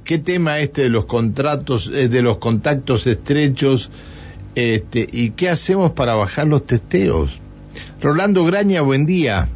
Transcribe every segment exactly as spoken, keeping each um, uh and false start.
qué tema este de los contratos, eh, de los contactos estrechos, este, y qué hacemos para bajar los testeos. Rolando Graña, buen día.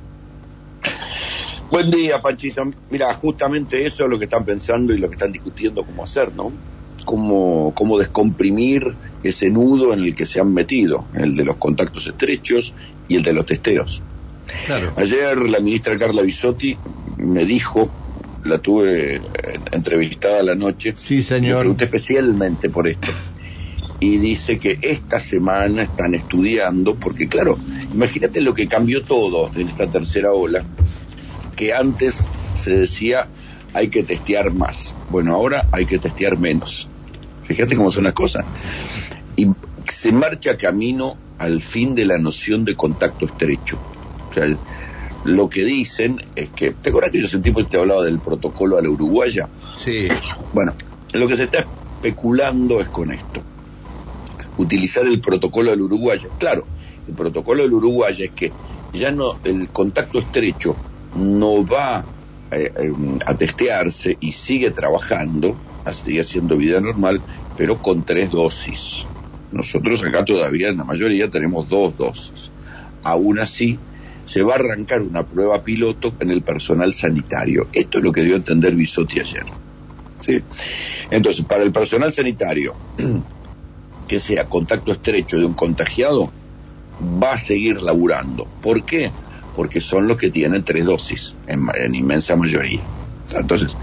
Buen día, Panchito. Mira, justamente eso es lo que están pensando y lo que están discutiendo cómo hacer, ¿no? Cómo, cómo descomprimir ese nudo en el que se han metido, el de los contactos estrechos y el de los testeos. Claro. Ayer la ministra Carla Bisotti me dijo, la tuve entrevistada a la noche, sí, señor, le pregunté especialmente por esto, y dice que esta semana están estudiando, porque claro, imagínate lo que cambió todo en esta tercera ola, que antes se decía hay que testear más, bueno, ahora hay que testear menos. Fíjate cómo son las cosas. Y se marcha camino al fin de la noción de contacto estrecho. O sea, lo que dicen es que, ¿te acuerdas que yo sentí que te hablaba del protocolo a la uruguaya? Sí. Bueno, lo que se está especulando es con esto. Utilizar el protocolo del uruguaya. Claro, el protocolo del uruguaya es que ya no, el contacto estrecho no va eh, eh, a testearse y sigue trabajando, sigue haciendo vida normal, pero con tres dosis. Nosotros acá todavía en la mayoría tenemos dos dosis. Aún así, se va a arrancar una prueba piloto en el personal sanitario. Esto es lo que dio a entender Bisotti ayer. ¿Sí? Entonces, para el personal sanitario, que sea contacto estrecho de un contagiado, va a seguir laburando. ¿Por qué? Porque son los que tienen tres dosis, en, en inmensa mayoría. Entonces,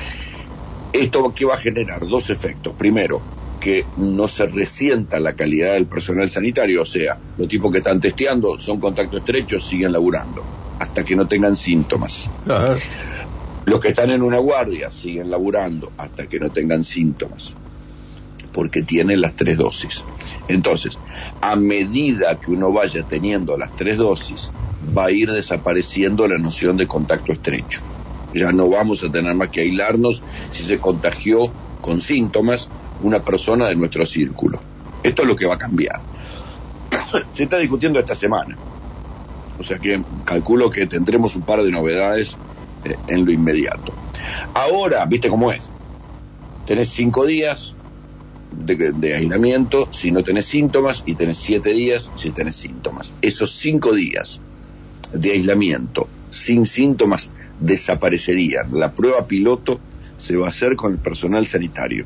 ¿esto qué va a generar? Dos efectos. Primero, que no se resienta la calidad del personal sanitario, o sea, los tipos que están testeando son contactos estrechos, siguen laburando, hasta que no tengan síntomas. Ajá. Los que están en una guardia siguen laburando, hasta que no tengan síntomas, porque tienen las tres dosis. Entonces, a medida que uno vaya teniendo las tres dosis, va a ir desapareciendo la noción de contacto estrecho. Ya no vamos a tener más que aislarnos si se contagió con síntomas una persona de nuestro círculo. Esto es lo que va a cambiar. Se está discutiendo esta semana. O sea que calculo que tendremos un par de novedades eh, en lo inmediato. Ahora, ¿viste cómo es? Tenés cinco días de, de aislamiento si no tenés síntomas, y tenés siete días si tenés síntomas. Esos cinco días de aislamiento sin síntomas desaparecerían. La prueba piloto se va a hacer con el personal sanitario.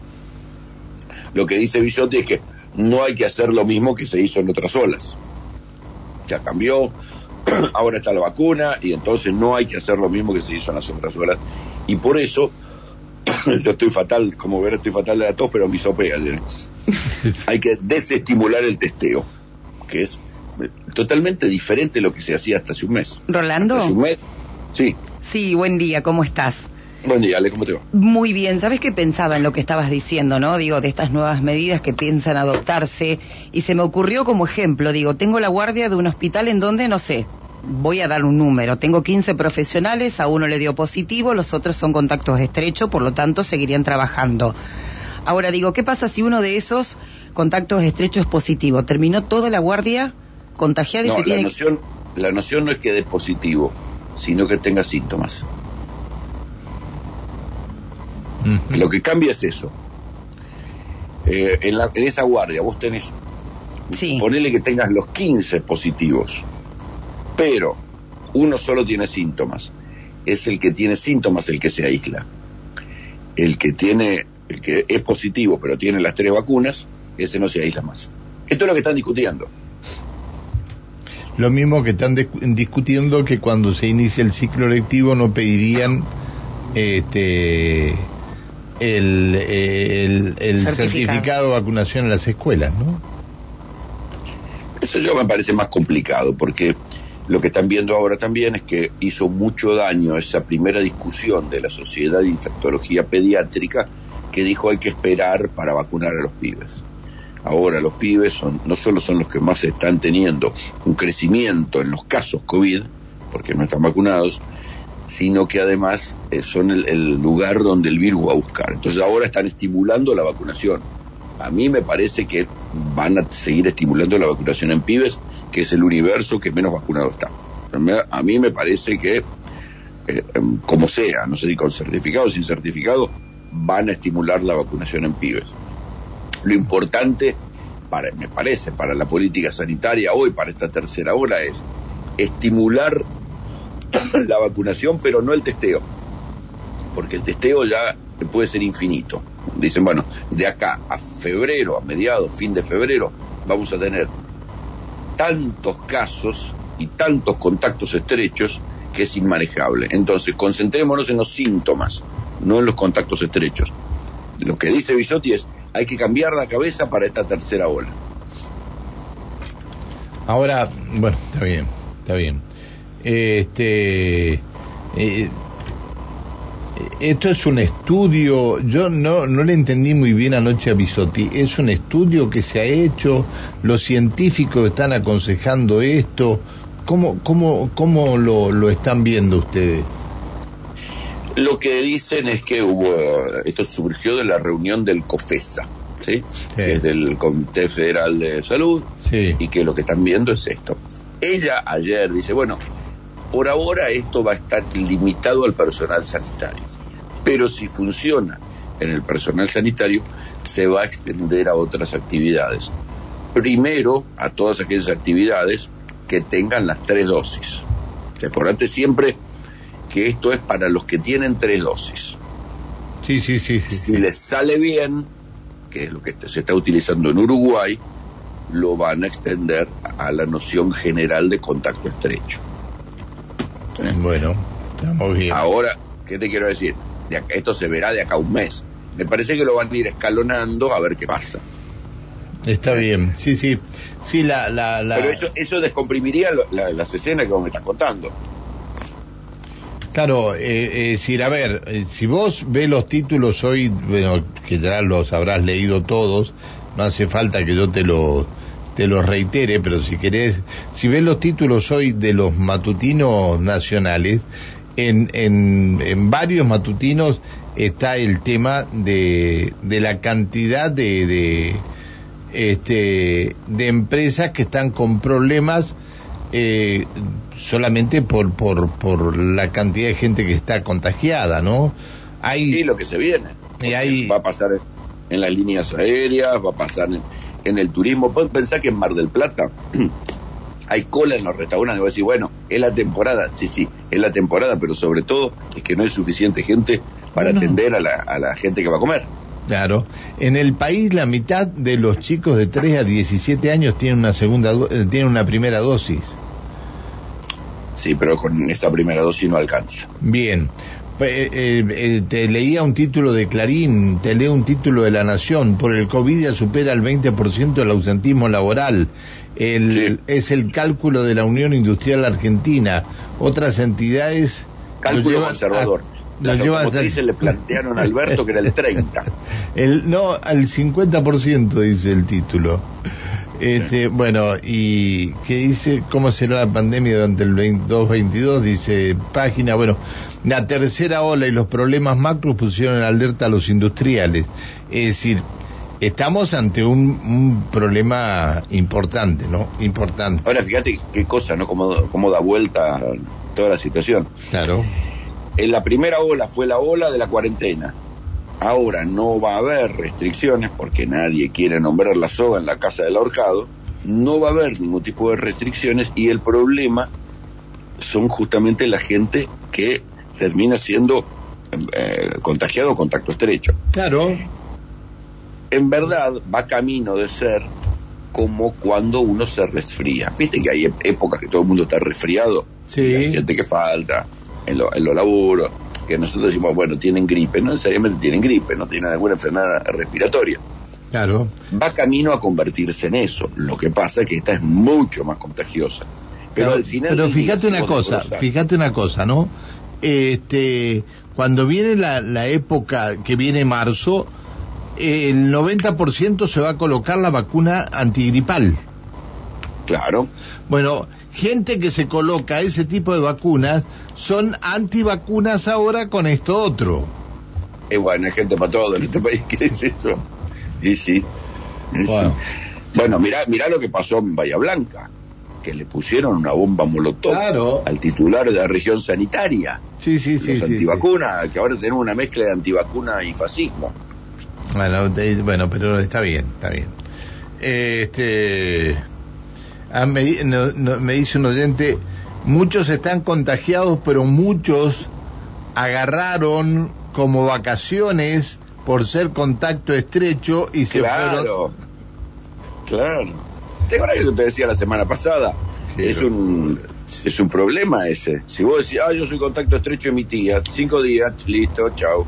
Lo que dice Bisotti es que no hay que hacer lo mismo que se hizo en otras olas. Ya cambió, ahora está la vacuna, y entonces no hay que hacer lo mismo que se hizo en las otras olas. Y por eso, yo estoy fatal, como ver, estoy fatal de la tos, pero me hisopea. Hay que desestimular el testeo, que es totalmente diferente de lo que se hacía hasta hace un mes. ¿Rolando? Hasta hace un mes, sí. Sí, buen día, ¿cómo estás? Buen día, Ale, ¿cómo te va? Muy bien, ¿sabes qué pensaba en lo que estabas diciendo, no? Digo, de estas nuevas medidas que piensan adoptarse, y se me ocurrió como ejemplo, digo, tengo la guardia de un hospital en donde, no sé, voy a dar un número, tengo quince profesionales, a uno le dio positivo, los otros son contactos estrechos, por lo tanto seguirían trabajando. Ahora digo, ¿qué pasa si uno de esos contactos estrechos es positivo? ¿Terminó toda la guardia contagiada y no, se la tiene noción, la noción no es que dé positivo, sino que tenga síntomas. Uh-huh. Lo que cambia es eso. Eh, en, la, en esa guardia vos tenés, sí, ponele que tengas los quince positivos, pero uno solo tiene síntomas. Es el que tiene síntomas el que se aísla. El que tiene, el que es positivo pero tiene las tres vacunas, ese no se aísla más. Esto es lo que están discutiendo. Lo mismo que están de, discutiendo que cuando se inicia el ciclo lectivo no pedirían este el, el, el certificado. certificado de vacunación en las escuelas, ¿no? Eso yo me parece más complicado, porque lo que están viendo ahora también es que hizo mucho daño esa primera discusión de la Sociedad de Infectología Pediátrica, que dijo hay que esperar para vacunar a los pibes. Ahora los pibes son, no solo son los que más están teniendo un crecimiento en los casos COVID, porque no están vacunados, sino que además eh, son el, el lugar donde el virus va a buscar. Entonces ahora están estimulando la vacunación. A mí me parece que van a seguir estimulando la vacunación en pibes, que es el universo que menos vacunado está. A mí me parece que, eh, como sea, no sé si con certificado o sin certificado, van a estimular la vacunación en pibes. Lo importante, para, me parece, para la política sanitaria hoy, para esta tercera ola, es estimular la vacunación, pero no el testeo, porque el testeo ya puede ser infinito. Dicen, bueno, de acá a febrero, a mediados, fin de febrero, vamos a tener tantos casos y tantos contactos estrechos que es inmanejable. Entonces, concentrémonos en los síntomas, no en los contactos estrechos. Lo que dice Bisotti es, hay que cambiar la cabeza para esta tercera ola. Ahora, bueno, está bien, está bien. Este, eh, esto es un estudio, yo no, no le entendí muy bien anoche a Bisotti, es un estudio que se ha hecho, los científicos están aconsejando esto, ¿cómo, cómo, cómo lo, lo están viendo ustedes? Lo que dicen es que hubo, esto surgió de la reunión del COFESA, ¿sí? Sí. Que es del Comité Federal de Salud, sí. Y que lo que están viendo es esto. Ella ayer dice, bueno, por ahora esto va a estar limitado al personal sanitario, pero si funciona en el personal sanitario, se va a extender a otras actividades. Primero, a todas aquellas actividades que tengan las tres dosis. Recordate siempre que esto es para los que tienen tres dosis. Sí, sí, sí, sí. Si les sale bien, que es lo que se está utilizando en Uruguay, lo van a extender a la noción general de contacto estrecho. ¿Sí? Bueno, estamos bien. Ahora, ¿qué te quiero decir? De acá, esto se verá de acá a un mes. Me parece que lo van a ir escalonando a ver qué pasa. Está bien, sí, sí. Sí, la, la, la... Pero eso, eso descomprimiría lo, la, las escenas que vos me estás contando. Claro, eh, es decir, a ver, eh, si vos ves los títulos hoy, bueno, que ya los habrás leído todos, no hace falta que yo te lo te los reitere, pero si querés, si ves los títulos hoy de los matutinos nacionales, en en, en varios matutinos está el tema de de la cantidad de de este de empresas que están con problemas Eh, solamente por por por la cantidad de gente que está contagiada, ¿no? Hay sí, lo que se viene. Y hay... va a pasar en las líneas aéreas, va a pasar en, en el turismo. Pueden pensar que en Mar del Plata hay cola en los restaurantes. Voy a decir, bueno, es la temporada. Sí, sí, es la temporada, pero sobre todo es que no hay suficiente gente para bueno. atender a la, a la gente que va a comer. Claro, en el país la mitad de los chicos de tres a diecisiete años tienen una segunda, tienen una primera dosis. Sí, pero con esa primera dosis no alcanza. Bien, eh, eh, te leía un título de Clarín, te leo un título de La Nación, por el COVID ya supera el veinte por ciento el ausentismo laboral. El, sí. Es el cálculo de la Unión Industrial Argentina. Otras entidades... Cálculo conservador. A, Las automotrices le plantearon a Alberto que era el treinta. El, no, al cincuenta por ciento dice el título. Este, sí. Bueno, y ¿qué dice? ¿Cómo será la pandemia durante el veintidós veintidós? Dice página, bueno, la tercera ola y los problemas macro pusieron en alerta a los industriales. Es decir, estamos ante un, un problema importante, ¿no? Importante. Ahora, fíjate qué cosa, ¿no? Cómo, cómo da vuelta toda la situación. Claro. En la primera ola fue la ola de la cuarentena. Ahora no va a haber restricciones porque nadie quiere nombrar la soga en la casa del ahorcado. No va a haber ningún tipo de restricciones y el problema son justamente la gente que termina siendo eh, contagiado o contacto estrecho. Claro. En verdad va camino de ser como cuando uno se resfría. Viste que hay épocas que todo el mundo está resfriado. Sí. Y hay gente que falta en los en lo laburos, que nosotros decimos, bueno, tienen gripe, no necesariamente tienen gripe, no tienen alguna enfermedad respiratoria. Claro. Va camino a convertirse en eso. Lo que pasa es que esta es mucho más contagiosa. Pero claro, al final pero fíjate una cosa, fíjate una cosa, ¿no? Este, cuando viene la, la época que viene marzo, el noventa por ciento se va a colocar la vacuna antigripal. Claro. Bueno, gente que se coloca ese tipo de vacunas son antivacunas ahora con esto otro. Eh, bueno, hay gente para todo en este país que es eso. Y sí. Y bueno, sí. Bueno, mirá, mirá lo que pasó en Bahía Blanca. que le pusieron una bomba molotov claro. al titular de la región sanitaria. Sí, sí, sí. Los sí, antivacunas, sí. que ahora tenemos una mezcla de antivacuna y fascismo. Bueno, de, bueno, pero está bien, está bien. Este, ah, me, no, no, me dice un oyente, muchos están contagiados, pero muchos agarraron como vacaciones por ser contacto estrecho y se claro, fueron. Claro. ¿Te acuerdas que yo te decía la semana pasada? Sí, es un es un problema ese. Si vos decís, ah, yo soy contacto estrecho de mi tía, cinco días, listo, chao.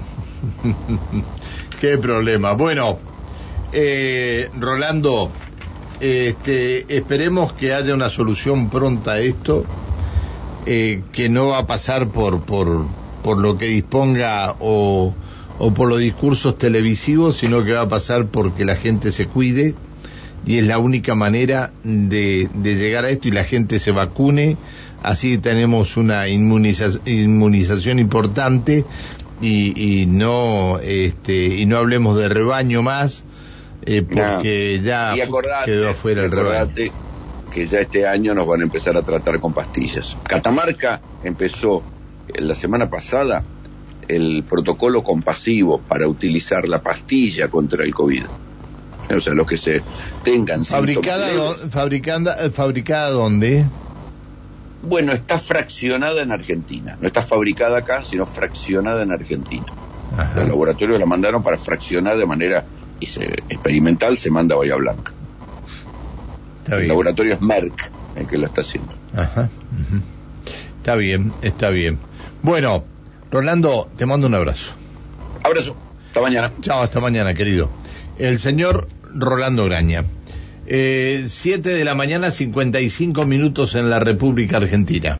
Qué problema. Bueno, eh, Rolando, este, esperemos que haya una solución pronta a esto, eh, que no va a pasar por por por lo que disponga o o por los discursos televisivos, sino que va a pasar porque la gente se cuide, y es la única manera de, de llegar a esto, y la gente se vacune, así tenemos una inmuniza, inmunización importante, y, y no este y no hablemos de rebaño más, eh, porque no. ya acordate, quedó afuera el rebaño. Que ya este año nos van a empezar a tratar con pastillas. Catamarca empezó la semana pasada el protocolo compasivo para utilizar la pastilla contra el COVID. O sea, los que se tengan fabricada do, fabricada fabricada dónde. Bueno, está fraccionada en Argentina, no está fabricada acá, sino fraccionada en Argentina. Ajá. Los laboratorios la mandaron para fraccionar de manera y se, experimental, se manda a Bahía Blanca. Está el bien. Laboratorio es Merck el que lo está haciendo. Ajá. Uh-huh. Está bien, está bien. Bueno, Rolando, te mando un abrazo. Abrazo. Hasta mañana. Chao, hasta mañana, querido. El señor Rolando Graña. Eh, siete de la mañana, cincuenta y cinco minutos en la República Argentina.